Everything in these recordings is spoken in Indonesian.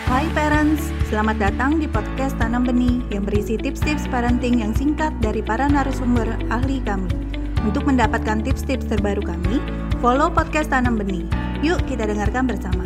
Hai parents, selamat datang di podcast Tanam Benih yang berisi tips-tips parenting yang singkat dari para narasumber ahli kami. Untuk mendapatkan tips-tips terbaru kami, follow podcast Tanam Benih. Yuk kita dengarkan bersama.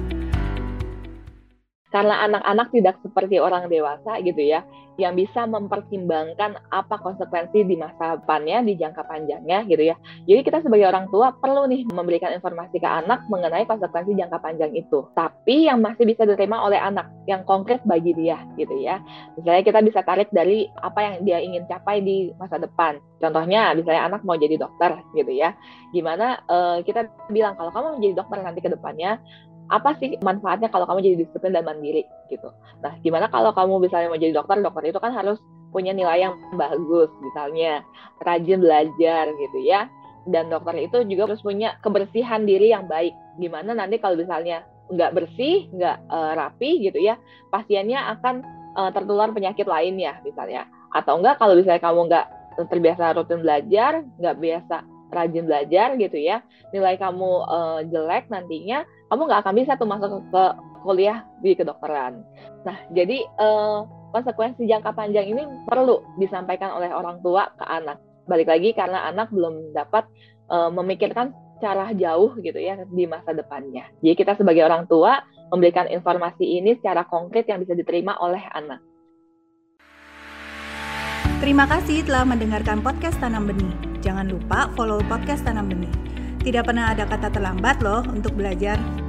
Karena anak-anak tidak seperti orang dewasa gitu ya, yang bisa mempertimbangkan apa konsekuensi di masa depannya, di jangka panjangnya gitu ya. Jadi kita sebagai orang tua perlu nih memberikan informasi ke anak mengenai konsekuensi jangka panjang itu. Tapi yang masih bisa diterima oleh anak, yang konkret bagi dia gitu ya. Misalnya kita bisa tarik dari apa yang dia ingin capai di masa depan. Contohnya misalnya anak mau jadi dokter gitu ya. Gimana kita bilang kalau kamu menjadi dokter nanti ke depannya, apa sih manfaatnya kalau kamu jadi disiplin dan mandiri gitu. Nah, gimana kalau kamu misalnya mau jadi dokter itu kan harus punya nilai yang bagus, misalnya rajin belajar gitu ya. Dan dokter itu juga harus punya kebersihan diri yang baik. Gimana nanti kalau misalnya nggak bersih, nggak rapi gitu ya, pasiennya akan tertular penyakit lainnya misalnya. Atau enggak kalau misalnya kamu nggak terbiasa rutin belajar, nggak biasa rajin belajar gitu ya, nilai kamu jelek nantinya, kamu nggak akan bisa tuh masuk ke kuliah di kedokteran. Nah, jadi konsekuensi jangka panjang ini perlu disampaikan oleh orang tua ke anak. Balik lagi karena anak belum dapat memikirkan secara jauh gitu ya di masa depannya. Jadi kita sebagai orang tua memberikan informasi ini secara konkret yang bisa diterima oleh anak. Terima kasih telah mendengarkan podcast Tanam Benih. Jangan lupa follow podcast Tanam Benih. Tidak pernah ada kata terlambat loh untuk belajar.